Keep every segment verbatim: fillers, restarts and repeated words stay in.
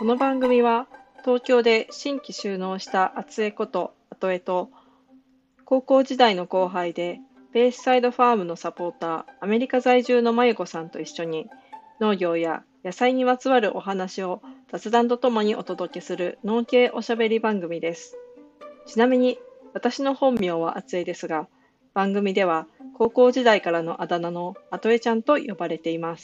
の番組は東京で新規就農した厚江ことアトエと高校時代の後輩でベイサイドファームのサポーターアメリカ在住のまゆこさんと一緒に農業や野菜にまつわるお話を雑談とともにお届けする農系おしゃべり番組です。ちなみに私の本名は厚江ですが、番組では高校時代からのあだ名のアトエちゃんと呼ばれています。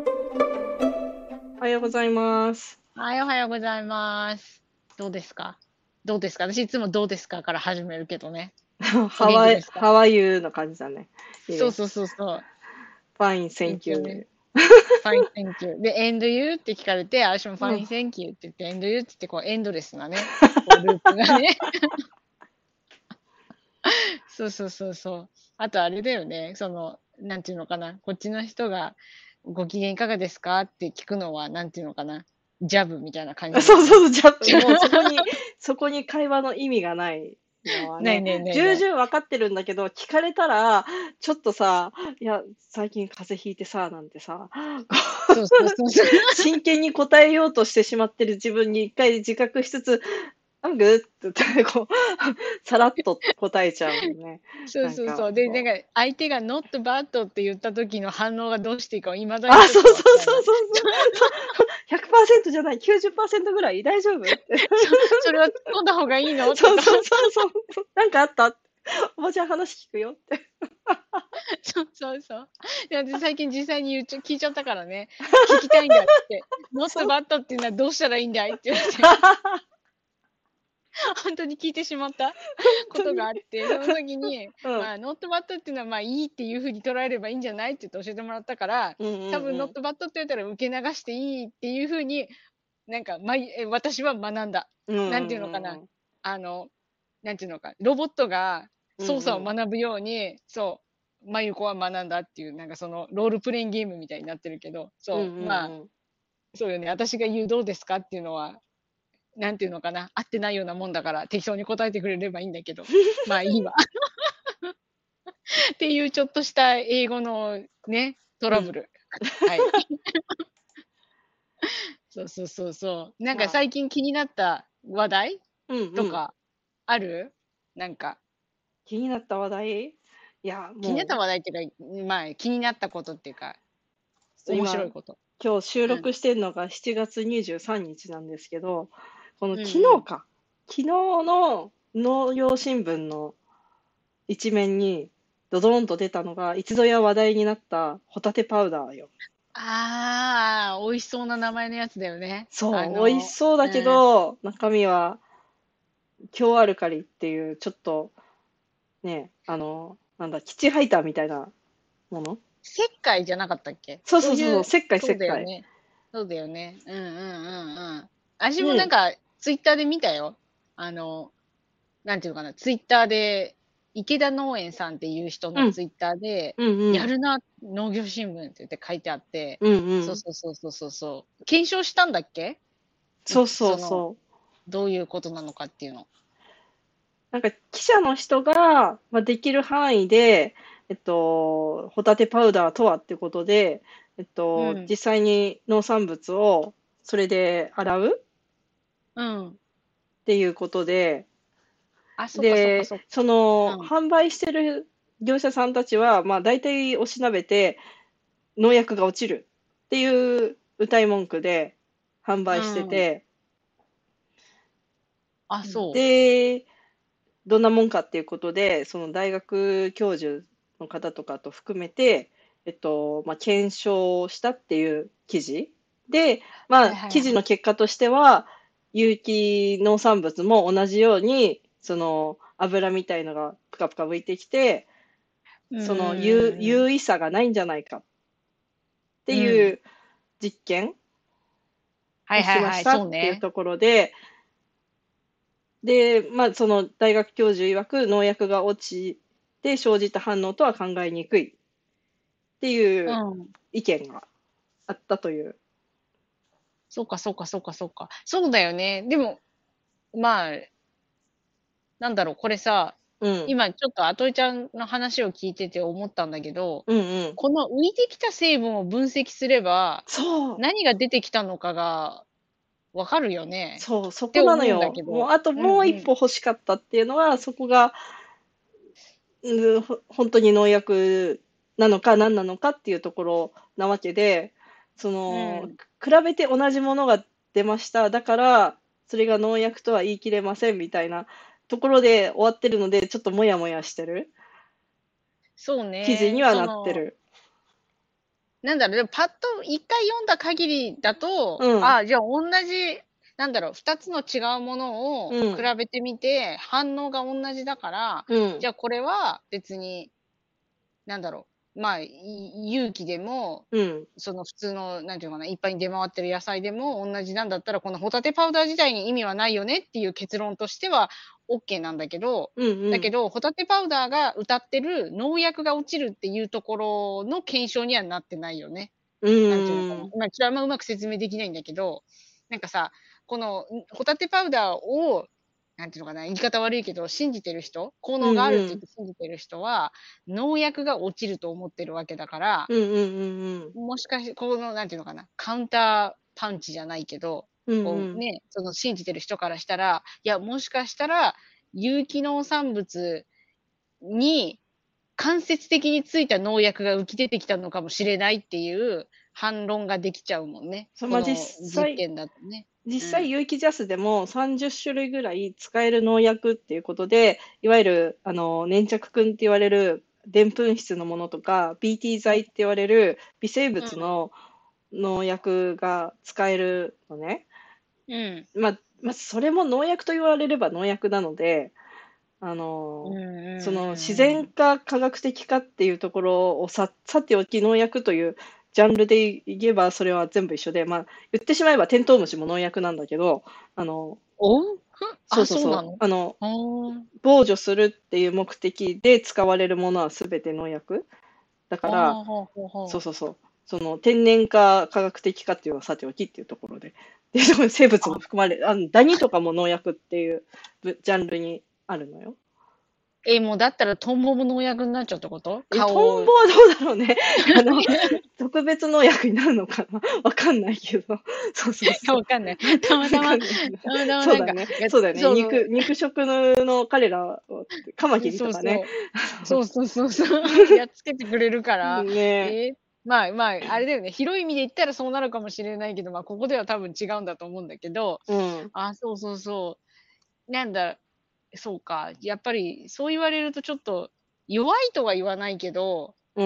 おはようございます。 はい、おはようございます。どうですかどうですか私いつもどうですかから始めるけどね。 ハワイ、ハワイユーの感じだね。いいね。 そうそうそうそう。 Fine, いい thank よ you. ね。Fine, thank you. で、end you って聞かれて、私も Fine, thank you って言って、end you って言って、こう、エンドレスなね、こうループがね。そうそうそうそう。あとあれだよね、その、なんていうのかな、こっちの人が、ご機嫌いかがですかって聞くのは、なんていうのかな、ジャブみたいな感じだよね。 そうそうそう、じゃあ、もうそこに、そこに会話の意味がないのはないね、 ないないない。 重々分かってるんだけど、聞かれたら、ちょっとさ、いや、最近風邪ひいてさ、なんてさ、 そうそうそうそう。 真剣に答えようとしてしまってる自分に一回自覚しつつ、I'm good って言って、こう、さらっと答えちゃうもんね。 そうなんか、 そうそう。で、なんこう。 か相手が not bad って言った時の反応がどうしていいか未だにあ、 ちょっとわそうそうからない。 そうそうそう。ひゃくパーセントじゃない、きゅうじゅっパーセントぐらい大丈夫って。 そそれは突っ込んだ方がいいのとか。 そうそうそうそう。なんかあったおばちゃん話聞くよって。 そうそうそう。で、私最近実際に言っちゃ聞いちゃったからね。聞きたいんだって。not そう。 bad っていうのはどうしたらいいんだいって言って、本当に聞いてしまったことがあって、その時に、 うん。 まあ、not bad っていうのはまあいいっていうふうに捉えればいいんじゃないって言って教えてもらったから、 うんうん多分う not ん。 bad って言ったら受け流していいっていうふうになんか、まいえ、私は学んだ。 うんうんなんていうのかな、 うん。 あの、なんていうのか、ロボットが操作をうんうん。 学ぶように、そう、まゆこは学んだっていう、なんかそのロールプレインゲームみたいになってるけど、そう、 うんうんまあ、 うん。 そうよね、私が言うどうですかっていうのは、なんていうのかな、合ってないようなもんだから適当に答えてくれればいいんだけど、まあいいわ。っていうちょっとした英語のね、トうん。 ラブル。はい。そうそうそうそう。なんかまあ、 最近気になった話題うんうん。 とかある？なんか、 気になった話題いや、 気になっもう、 た話題っていうか、まあ、気になったことっていうか、面今、 白いこと。 今日収うん。 録してるのがしちがつにじゅうさんにちなんですけど、このうん昨うん。 日か。昨日の農業新聞の一面にドドーンと出たのが、一度や話題になったホタテパウダーよ。 ああ、美味しそうな名前のやつだよね。あそう、美味しの、 そうだけうん。 ど、中身は強アルカリっていう、ちょっとね、あの、なんだ、基地ハイターみたいなもの。 石灰じゃなかったっけ？ そうそうそうそう、 そういう、 石灰そう石灰。 だよね。そうだよね。うんうんうんうん。私もなんね、 か、ツイッターで見たよ。あの、なんていうのかな、ツイッターで、池田農園さんっていう人うん、 のツイッターで、 うんうん、 やるな、農業新聞って言って書いてあって、 うんうん。 そうそうそうそうそうそう。検証したんだっけ？いそうそうその、 そう。 どういうことなのかっていうの。 なんか記者の人が、まあ、できる範囲で、えっと、ホタテパウダーとはってことで、えっと、 うん。 実際に農産物をそれで洗ううん。 っていうことで、 あ、そっかそっかで、 そっか。 その、 うん。 販売してる業者さんたちは、まあ、大体おしなべて農薬が落ちるっていう歌い文句で販売してうん。 て、 あ、そう。 で、どんなもんかっていうことで、その大学教授の方とかと含めて、えっと、まあ、検証したっていう記事で、まあ、 はいはいはい。 記事の結果としては、有機農産物も同じように、その油みたいのがぷかぷか浮いてきて、 うんその有、 うんうん有意差がないんじゃないかってうん。うん。 いう実験をしましはいはいはい、 たっていうそうね。 ところで、で、まあ、その大学教授曰く農薬が落ちて生じた反応とは考えにくいっていううん。 意見があったという。 そうかそうかそうかそうか。そうだよね。でも、まあ、なんだろう、これさ、 うん。 今ちょっとアトイちゃんの話を聞いてて思ったんだけど、 うんうん。 この浮いてきた成分を分析すれば、 そう。 何が出てきたのかがわかるよね。 そう、そってこなの思うんだよ。 けど。 もうあとうんもう一うん。 歩欲しかったっていうのは、そこが、うん、ほ本当に農薬なのか何なのかっていうところなわけで、その、 うん。 比べて同じものが出ました。だから、それが農薬とは言い切れませんみたいなところで終わってるので、ちょっともやもやしてるそう記事にね。 はなってその、 る。 なんだろう、でもパッと一回読んだ限りだと、 うん、 ああ、じゃあ同じ、なんだろう、二つの違うものを比うん、 べてみて、反応が同じだから、 うん、 じゃあこれは別に、なんだろう、まあ、い有機でも、 うん、 その普通の、なんていうのかな、いっぱいに出回ってる野菜でも同じなんだったら、このホタテパウダー自体に意味はないよねっていう結論としてはオッケーなんだけど、 うん、うん、 だけど、ホタテパウダーが謳ってる農薬が落ちるっていうところの検証にはなってないよね。 うなんていうのかな、 ん、 まあ、ちょっとあんまうまく説明できないんだけど、なんかさ、この、ん、ホタテパウダーを、なんていうのかな、言い方悪いけど、信じてる人、効うん、 能があるってうん、 言って信じてる人は、農薬が落ちると思ってるわけだから、 うん、うん、うん、 もしかして、この、なんていうのかな、カウンターパンチじゃないけど、 うん、うん、 こうね、その信じてる人からしたら、いや、もしかしたら、有機農産物に間接的についた農薬が浮き出てきたのかもしれないっていう反論ができちゃうもんね。 そう、まあ、実この実際、 験だとね。 実うん。 際有機ジャスでもさんじゅっ種類ぐらい使える農薬っていうことで、いわゆるあの粘着君って言われるでんぷん質のものとか、ビーティーうん剤って言われる微生うん物の農薬が使えるのね。 うん。 まあ、まあ、それも農薬と言われれば農薬なので、あうんの、そうんの自うんうん。 然か科学的かっていうところをさ、さておき農薬というジャンルで言えばそれは全部一緒で、まあ言ってしまえばテントウムシも農薬なんだけど、あの、 おふあ、 そうそうそう、 そうなの？ あの、 はあ。 防除するっていう目的で使われるものは全て農薬だああ、 から、 ほうほうほう。 そうそうそう、その天然か科学的かっていうのはさておきっていうところで、で、そこ生物もあ、 含まれる、あのダニとかも農薬っていうぶジャンルにあるのよ。 え、もうだったらトンボも農薬になっちゃうってこと？ いや、ト顔を。 ンボはどうだろうね。あの、特別農薬になるのかなわかんないけど。そうそういや、 そう。 わかんない。たまたま、たわかんないけど。 またまなんか、 そうだね。 いや、 そうだよね。 そうそう、 肉、肉食の彼らを、カマキリとかね。 そうそう。そうそうそうそう。やっつけてくれるから、 ねえーまあまあ、あれだよね、広い意味で言ったらそうなるかもしれないけど、まあ、ここでは多分違うんだと思うんだけど、 うん。 あ、そうそうそう。なんだ、そうか、やっぱりそう言われるとちょっと、弱いとは言わないけど、 うん。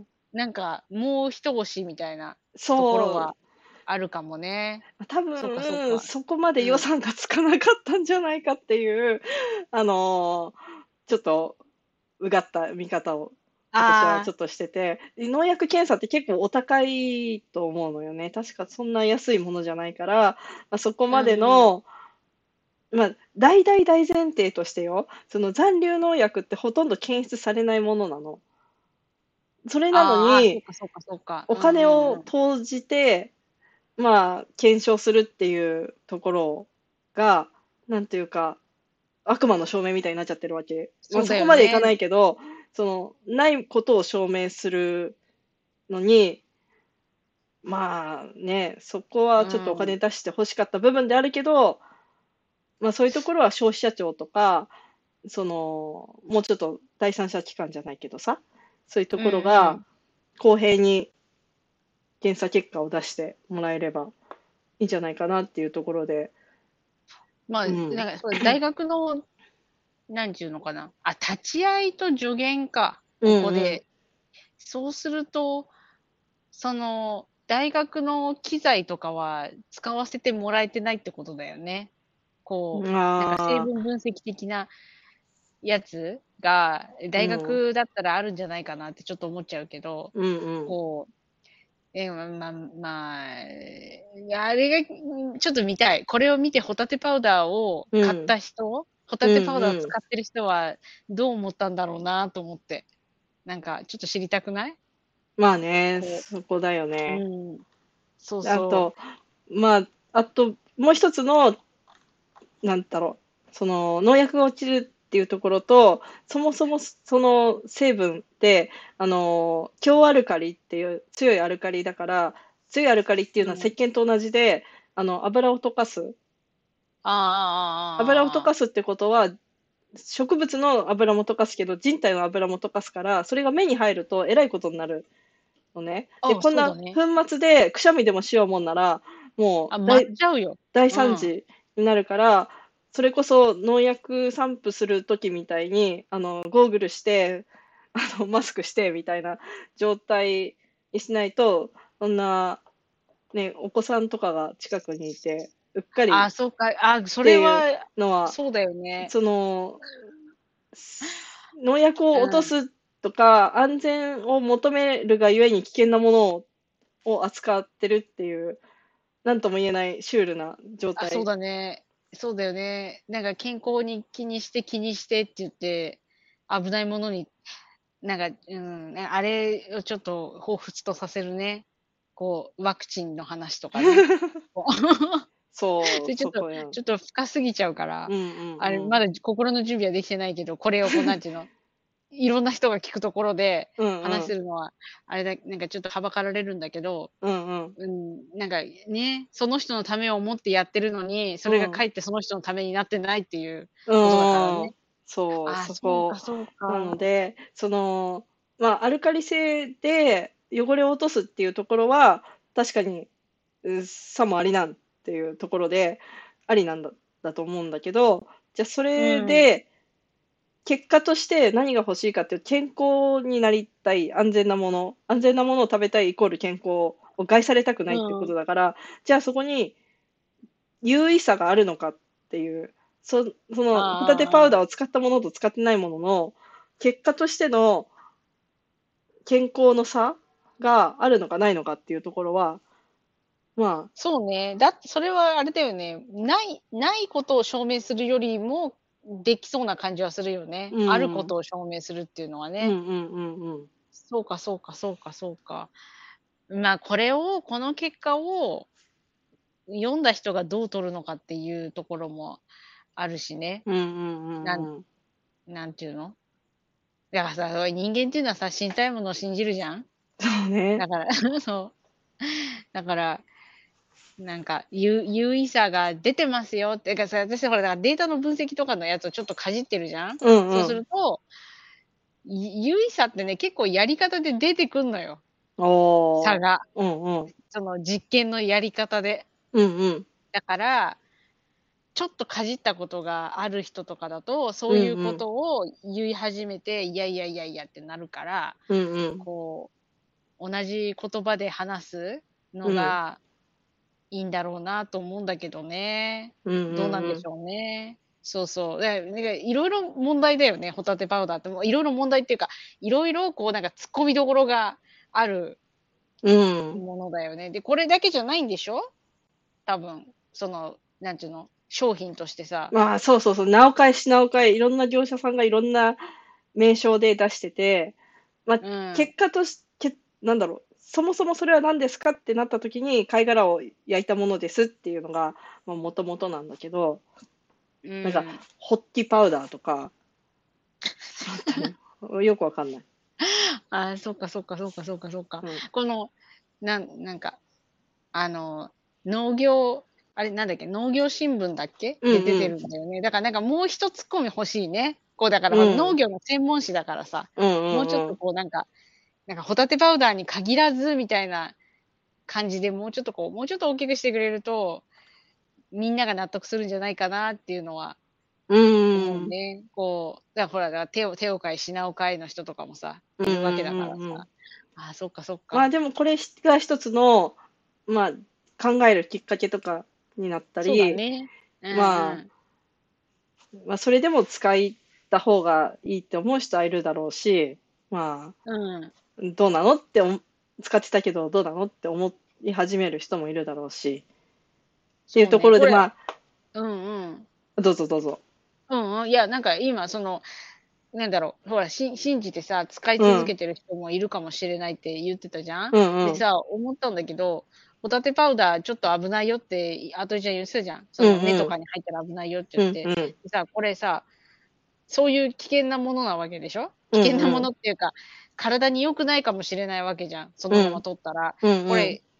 なんかもう一押しみたいなところそう。 はあるかもね。 多そっかそっ分、 か。 そこまで予うん。 算がつかなかったんじゃないかっていう、あのーちょっと、うがった見方を私はちああ、 ょっとしてて、農薬検査って結構お高いと思うのよね。確かそんな安いものじゃないから、まあ、そこまでうんうん。 の、まあ、大大大前提としてよ、その残留農薬ってほとんど検出されないものなの。それなのああ、あ、そうに、 かそうかそうか。 おうんう金をんうん。 投じて、まあ、検証するっていうところが、なんていうか、悪魔の証明みたいになっちゃってるわけ。まあ、 そうだそこまでいかなよね。 いけど、その、ないことを証明するのに、まあね、そこうはちょっとお金ん。 出して欲しかった部分であるけど、まあそういうところは消費者庁とか、その、もうちょっと第三者機関じゃないけどさ、そういうとうんころがうん。 公平に検査結果を出してもらえればいいんじゃないかなっていうところで、 まあ、 うん。 なんか、そう、大学の、なんちゅうのかな。あ、立ち会いと助言か。ここうんうん。 で。そうすると、その、大学の機材とかは使わせてもらえてないってことだよね。こう、なんか成ああ、 分分析的なやつが、大うん。 学だったらあるんじゃないかなってちょっと思っちゃうけど、 うんうん。 こう、え、まままあ、いや、あれが、うんちょっと見たい。これを見てホタテパウダーを買っうん。 た人、ホうタテパウダーをんうん。 使ってる人はどう思ったんだろうなと思って。なんか、ちょっと知りたくない？ まあね、 こそこだよう、 ね。 うん、そうそあと、まあ、あと、もう一つのなんだろう、その農薬が落ちるっていうところと、そもそもその成分って、あの、強アルカリっていう強いアルカリだから、強いアルカリっていうう。うん。 のは石鹸と同じで、 あの、油を溶かす。 ああ、 油を溶ああ、ああ、ああ。 かすってことは、植物の油も溶かすけど、人体の油も溶かすから、それが目に入るとえらいことになるのね。で、 ああ、 こんなそうだね。 粉末でくしゃみでもしようもんなら、もあ、 う大舞っちゃうよ。 大うん。 惨事になるから、それこそ農薬散布する時みたいに、あの、ゴーグルして、あの、マスクしてみたいな状態にしないと、そんな、ね、お子さんとかが近くにいて、うっかりああ、そうか。ああ、そっていうれは、 のは、 そうだよね。 その、す農薬をうん。 落とすとか、安全を求めるがゆえに危険なものをを扱ってるっていう、なんとも言えないシュールな状あ、そう態。 だね。そうだよね。なんか健康に気にして気にしてって言って、危ないものに、なんか、うん、ねあれをちょっと彷彿とさせるね。こう、ワクチンの話とかね。こうそう、 それちょっと、 そこや。 ちょっと深すぎちゃうから、 うんうんあれ、 うん。 まだ心の準備はできてないけど、これをこう、なんていうの、いろんな人が聞くところでうんうん。 話せるのは、あれだ、なんかちょっとはばかられるんだけど、 うんうん。 うん、なんかね、その人のためを思ってやってるのに、それがかうん。 えってその人のためになってないっていううことだからね。 ーん。そう、 ああ、 そこ。 そうかそうなか。 ので、その、まあ、アルカリ性で汚れを落とすっていうところは、確かに、う、さもありなんっていうところで、ありなんだだと思うんだけど、じゃ、そうれん、 で、結果として何が欲しいかっていう健康になりたい、安全なもの安全なものを食べたいイコール健康を害されたくないっていうこうん。 とだから、じゃあそこに優位さがあるのかっていう、そそあのホタテパあああ。 ウダーを使ったものと使ってないものの、結果としての健康の差があるのかないのかっていうところは、まあ、 そうね。だってそれはあれだよね。ないないことを証明するよりも、できそうな感じはするよね。 うあるこん。 とを証明するっていうのはね。 うんうんうんうん。 そうかそうかそうかそうか。まあ、これをこの結果を読んだ人がどう取るのかっていうところもあるしね。 うんうんうなんんうん。 なんていうの？だからさ、人間っていうのはさ、信じたいものを信じるじゃん？ そうね。 だからそう。だから、なんか、有有意差が出てますよってかさ、私ほら、だからデータの分析とかのやつをちょっとかじってるじゃん？そううんうん。 すると、い有意差ってね、結構やり方で出てくんのよ、差おー。 が。 うんうん。 その実験のやり方で。 うんうん。 だからちょっとかじったことがある人とかだと、そうんういうこうん。 とを言い始めて、いやいやいやいやってなるから、 うんうん。 こう、同じ言葉で話すのうん。 がいいんだろうなと思うんだけどね。 うんうどうなんんうん。 でしょうね。そうそう。で、なんかいろいろ問題だよね、ホタテパウダーって。もういろいろ問題っていうか、いろいろこうなんか突っ込みどころがあるうん。 ものだよね。で、これだけじゃないんでしょ？多分、その、なんていうの、商品としてさ。 まあ、そうそうそう、なおかえ品を変え、いろんな業者さんがいろんな名称で出してて、まあ、 うん。 結果としけなんだろう、そもそもそれは何ですかってなった時に、貝殻を焼いたものですっていうのが、まあ、もともとなんだけど、 うなんか、 ん。 ホッキパウダーとかあったね。よくわかんない。 ああ、そっかそっかそっかそっかそっか。 うん。 この、なんなんか、あの、農業あれなんだっけ、農業新聞だっけ？ うんうん。 で出てるんだよね。だからなんかもう一ツッコミ欲しいね。こうだからほら、農うん。 業の専門誌だからさ、 うんうもうちょっとんうん。 こうなんかなんかホタテパウダーに限らずみたいな感じで、もうちょっとこう、もうちょっと大きくしてくれると、みんなが納得するんじゃないかなっていうのはうーん。 思うね。こう、だからほら、だから手を手を変え品を変えの人とかもさ、 うんうんいるわけだからさ。 うんうん。 ああ、そっかそっまあ、 か。 でもこれが一つの、まあ、考えるきっかけとかになったそうだり、 ね。うんまあ、 うん。 まあ、それでも使った方がいいって思う人はいるだろうし、まうん。 あ、どうなのってお使ってたけど、どうなのって思い始める人もいるだろうし、っていうそうね。 ところで、 これまうんうん。 あ、どうぞどうぞ。 うんうん。いや、なんか今その、なんだろう、ほら、し信じてさ、使いうん、 続けてる人もいるかもしれないって言ってたじゃん。 うんうん、 でさ、思ったんだけど、ホタテパウダーちょっと危ないよって、あとちゃん言ってたじゃん。そうんの目うん、 とかに入ったら危ないよって言って。 うんうん、 でさ、これさ、そういう危険なものなわけでしょ？ う危険なものんうん、 っていうか、体に良くないかもしれないわけじゃん、そのままうん、 摂ったら。 うんうん、 これ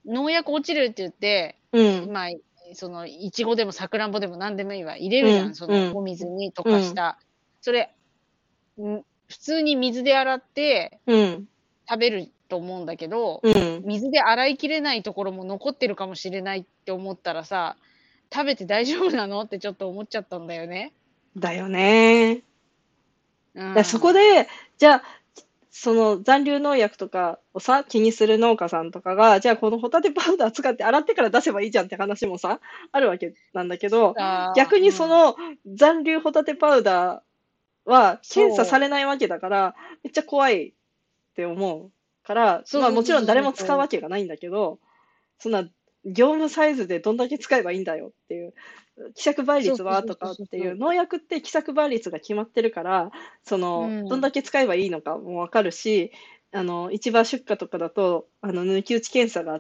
農薬落ちるって言って、 うん。 まあ、その、いちごでもさくらんぼでも何でもいいわ、入れるじゃん、 うん。 その、 うん。 お水に溶うん。 かした。それ、ん、普通に水で洗ってうん。 食べると思うんだけど、 うん。 水で洗いきれないところも残ってるかもしれないって思ったらさ、食べて大丈夫なのってちょっと思っちゃったんだよね。 だよね。 うだそこん。 で、じゃあ、その残留農薬とかをさ、気にする農家さんとかが、じゃあこのホタテパウダー使って洗ってから出せばいいじゃんって話もさ、あるわけなんだけど、 ああ、 逆にうん。 その残留ホタテパウダーは検査さそう。 れないわけだから、めっちゃ怖いって思うから、まあもちろんそうそうそうそ誰も使うわうそう。 けがないんだけど、そんな業務サイズでどんだけ使えばいいんだよっていう、希釈倍率そうそうそうはとかっていう、 そうそう。 農薬って希釈倍率が決まってるから、その、どんうん。 だけ使えばいいのかもわかるし、あの、市場出荷とかだと、あの、抜き打ち検査があって、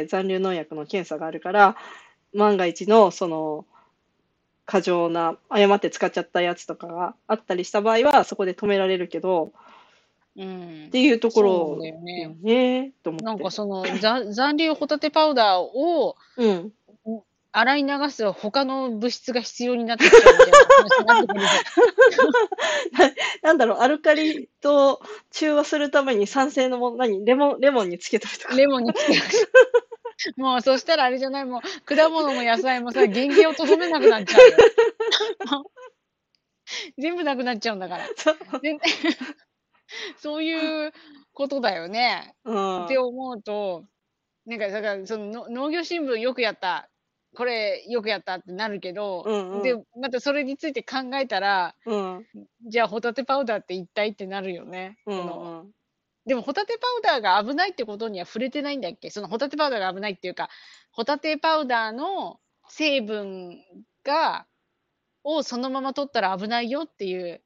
残留農薬の検査があるから、万が一の、その、過剰な、誤って使っちゃったやつとかがあったりした場合は、そこで止められるけど、 うってん。 いうとこそうなんだろよよね。 ね、と思っなんかて。 その、ざ残留ホタテパウダーを、 うん。 ん、洗い流す他の物質が必要になってきちゃうみたいな話になってくるじゃん。 なんだろう、アルカリと中和するために酸性のもの、何レモン、レモンにつけたりとか。 レモンにつけなくちゃ。もうそしたらあれじゃない、もう果物も野菜もさ、原型をとどめなくなっちゃうよ。全部なくなっちゃうんだから。 そう。 で、そういうことだよね。 うん。 って思うと、なんかだからその、の農業新聞よくやった、これよくやったってなるけど、で、 うんうん。 またそれについて考えたら、 うん。 じゃあホタテパウダーって一体ってなるよね。 うその、 んうん。 でもホタテパウダーが危ないってことには触れてないんだっけ？そのホタテパウダーが危ないっていうか、ホタテパウダーの成分がをそのまま取ったら危ないよっていう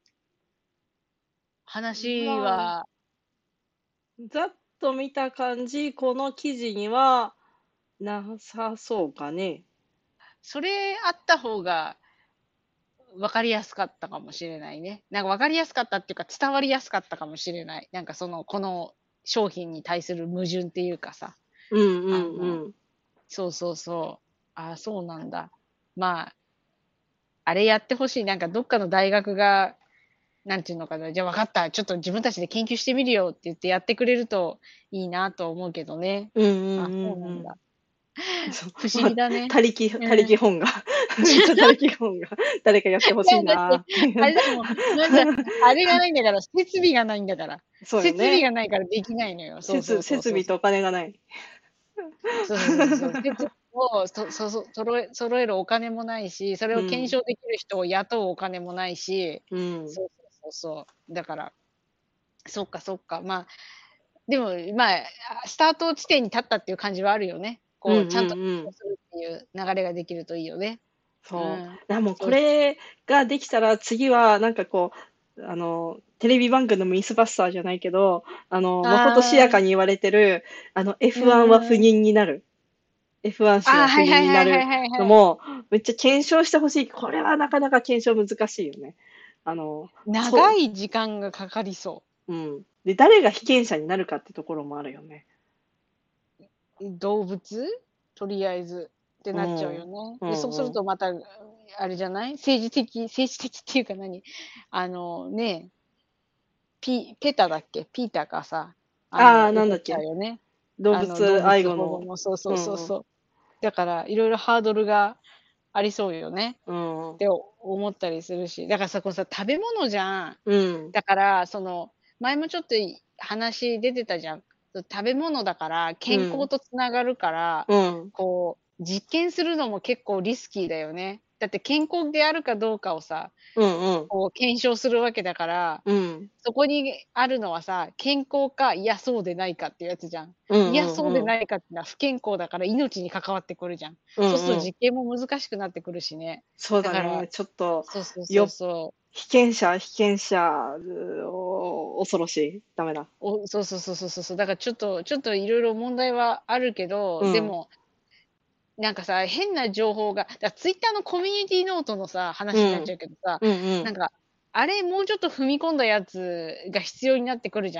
話まあ、 は、 ざっと見た感じ、この記事にはなさそうかね。 それあった方が分かりやすかったかもしれないね。なんか分かりやすかったっていうか、伝わりやすかったかもしれない。なんかその、この商品に対する矛盾っていうかさ、 うんうあの、 んうん。 そうそうそう。ああ、そうなんだ。まあ、あれやってほしい。なんかどっかの大学が、なんていうのかな、じゃあ分かった、ちょっと自分たちで研究してみるよって言ってやってくれるといいなと思うけどね。 うんうあ、 んそうなんだ。 うんうん。そう、 不思まあ、 議だね。 他力、他うん。 力本が、めっちゃ他力本が、誰かやってほしいいや、だって、 なっていう。 あれだもん、なんか、あれがないんだから、設備がないんだから。 そうよね。 設備がないからできないのよ。そうそ設、 うそうそうそう。 設備とお金がない。 そうそうそうそう。設備をそそそ揃え揃えるお金もないし、それを検うん。 証できる人を雇うお金もないし、 うん。 そうそうそうそう。だから、そっかそっか。まあ、でも、まあ、あ、スタート地点に立ったっていう感じはあるよね。こう、 うんうちゃんとんうん。 するっていう流れができるといいよね。うそう。 ん。 いやもうこそうそう。 れができたら次はなんかこう、あの、テレビ番組のミスバスターじゃないけど、あの、まことしやああ、 かに言われてる、あの、 うエフワン は不ーん。 妊になる。エフワン 種ああ、 は不妊はいはいはいはいになるはいはい。 のも、めっちゃ検証してほしい。これはなかなか検証難しいよね。あの、そ長い時間がかかりそう。うん。で、誰が被験者になるかってところもあるよね。 う。動物？とりあえずってなっちゃううん。 よね。 うで、そうすんうん。 るとまた、あれじゃない？政治的政治的っていうか何、あの、ね、ピペタだっけ？ピータがさ、あああ、 の、怒っちゃうなんだっけ。 よね。 動あの、動物愛物保護護の。 もそうそううんうん。 そうそう。だから色々ハードルがありそうよねうんうん。 って思ったりするし、だからさ、このさ、食べ物じゃん。 うん。 だから、その、前もちょっとい話出てたじゃん。そ、食べ物だから健康うん。 と繋がるから、 うん。 こう、実験するのも結構リスキーだよね。だって健康であるかどうかをさ、 うんうん。 こう検証するわけだから、 うん。 そこにあるのはさ、健康か、いや、そうでないかっていうやつじゃん。 うんいや、そうでうんうん。 ないかってのは不健康だから命に関わってくるじゃん。 うんうん。 そうすると実験も難しくなってくるしね。だから、 そうだね。ちょっと、 そうそうそうよそう。 被験者被験者、うお恐ろしい。ダメだ。 お、そうそうそうそうそうそう。だからちょっとちょっと色々問題はあるけど、でうん。 も、なんかさ、変な情報が、だツイッターのコミュニティノートのさ、話になっちゃうん。 うけどさ、 うんうん。 なんか、あれもうちょっと踏み込んだやつが必要になってくるじゃん。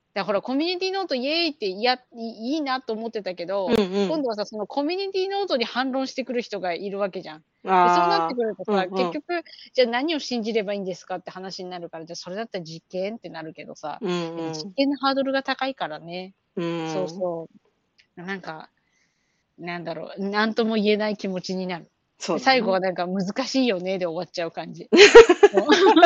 だほら、コミュニティノートイエーイっていやいいいなと思ってたけうんど、 うん。 今度はさ、そのコミュニティノートに反論してくる人がいるわけじゃん。で、そうなってああ、うくるとさ、 んうん。 結局、じゃあ何を信じればいいんですかって話になるから、じゃあそれだったら実験ってなるけどさ、 うんやっぱうん。 実験のハードルが高いからね。 うそうん。 そう。なんか、なんだろう、なんとも言えない気持ちになる。で、 そうだね。 最後はなんか難しいよねで終わっちゃう感じ。そう。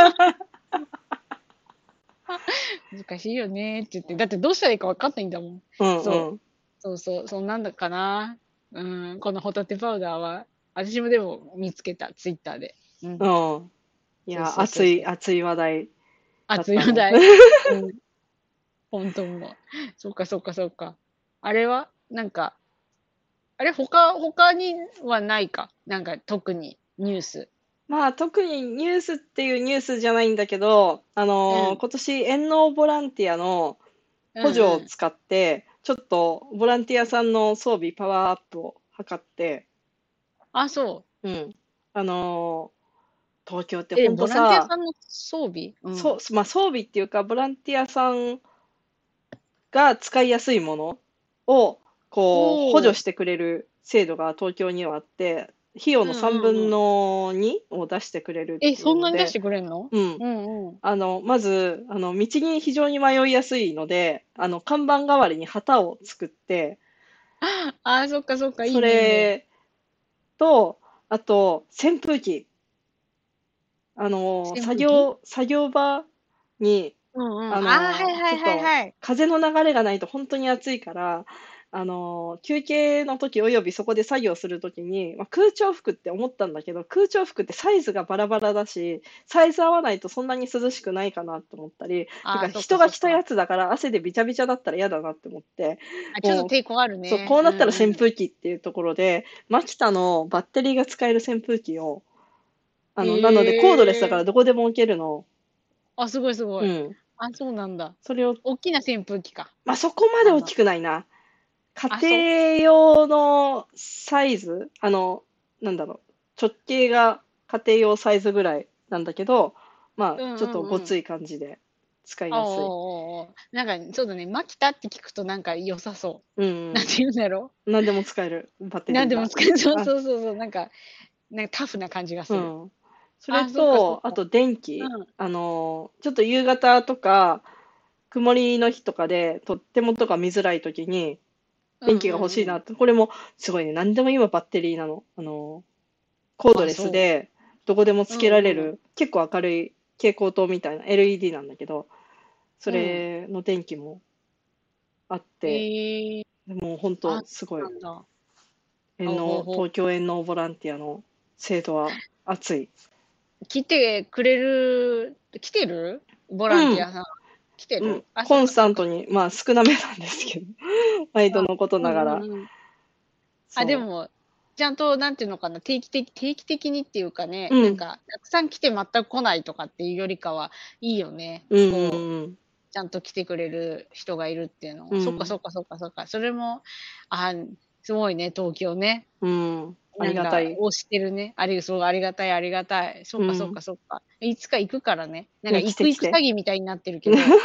難しいよねって言って、だってどうしたらいいか分かんないんだもん。 うんそう。 うん。 そうそう、そんなんだかな。うん、このホタテパウダーは、私もでも見つけた、ツイッターで。うん。 うん。いそうや、 そうそうそう。 熱い、熱い話題だったね。 熱い話題。うん、ほんともう。そっかそっかそっか。あれはなんか、あれ、他他にはないか？なんか特にニュース。 まあ、特にニュースっていうニュースじゃないんだけど、あのーうん。 今年、遠農ボランティアのうん補助をうん。 使って、ちょっとボランティアさんの装備、パワーアップを図って、 あ、そう。 うん。あのー東京ってえ、 ほんとボランティアさ、 さんの装備？うん。 そう、まあ、装備っていうか、ボランティアさんが使いやすいものを、こう、補助おお。 してくれる制度が東京にはあって、費用のうん 3 うんうん。 分のにを出してくれるえ、 っていうので、 そんなに出してくれんの？ うん。 うんうん。 あの、まず、あの、道に非常に迷いやすいので、あの、看板代わりに旗を作って、 ああ、そっかそっか、いそいねいいね。 れと、あと、扇風機。あの、 扇風機？ 作業、作業場に、 うんうん。 あああ、はいの、 はいちょっとはいはい。 風の流れがないと本当に暑いから、あの、休憩の時およびそこで作業する時に、まあ、空調服って思ったんだけど、空調服ってサイズがバラバラだし、サイズ合わないとそんなに涼しくないかなと思ったり、なんかああ、そっか人がそっか。 着たやつだから汗でびちゃびちゃだったら嫌だなって思って、 あ、ちょっともう、 抵抗あるそう、 ね。 こうなったらうんうん。 扇風機っていうところで、マキタのバッテリーが使える扇風機を、あの、なのでコードレスだからへえ。 どこでも置けるの。 あ、すごいすごい。 うん。 あ、そうなんだ。 それを、 おっきな扇風機か。 まあ、そこまで大あのきくないな。 あ、そ家庭用のサイズ、あの、なんだろう、直径が家庭用サイズぐらいなんだけど、まあ、 う？うんちょっとうんうん。 ごつい感じで使いあ、おやすい。 おおおお。なんか、そうだね、マキタって聞くとなんか良さそう。なんてうん。 言うんだろ何でも使える、バッう。 テリーが。 なんでも使える。そうあ、 そうそうそう、なんか、なんかタフな感じがする。 うん。それあ、そっかそっと、あか。 と電気。 うん。 あの、ちょっと夕方とか、曇りの日とかで、と手元が見づらい時に、 うん電気が欲うんうん。 しいなって、これもすごいね、何でも今バッテリーなの。あの、コードあ、 レスそう。 で、どこでもつうけられんうん。 る、結構明るい蛍光灯みたいな エルイーディー なんだけど、そうん。 れの電気もあって、 ええ。 でも本あ、 当すごい、 なんだ。 遠農、 ほうほうほう。 東京遠農ボランティアの制度は熱い。 来てくれる来てる？ボランうん、 ティアさん。来てうん、 る？あ、そコンっかそっか。 スタントに、まあ少なめなんですけど、毎度のことうん。 ながら、 うんうんうん。あ、でそも、ちゃんとなんていうのかな、定期的定期的にっていうかね、 う、うん、 なんか、たくさん来て全く来ないとかっていうよりかは、いいよね。 うん、 こう、 うん、 ちゃんと来てくれる人がいるっていうのは。そっかそうん、 っかそっかそっか。それも、あ、すごいね、東京ね。 うん、あなんか、 りがたい。 推してるね。ありそう、ありがたいありがたい。そっかそっうん、 かそっか。いつか行くからね。なんかうん、来行く行く詐て来て。 欺みたいになってるけど、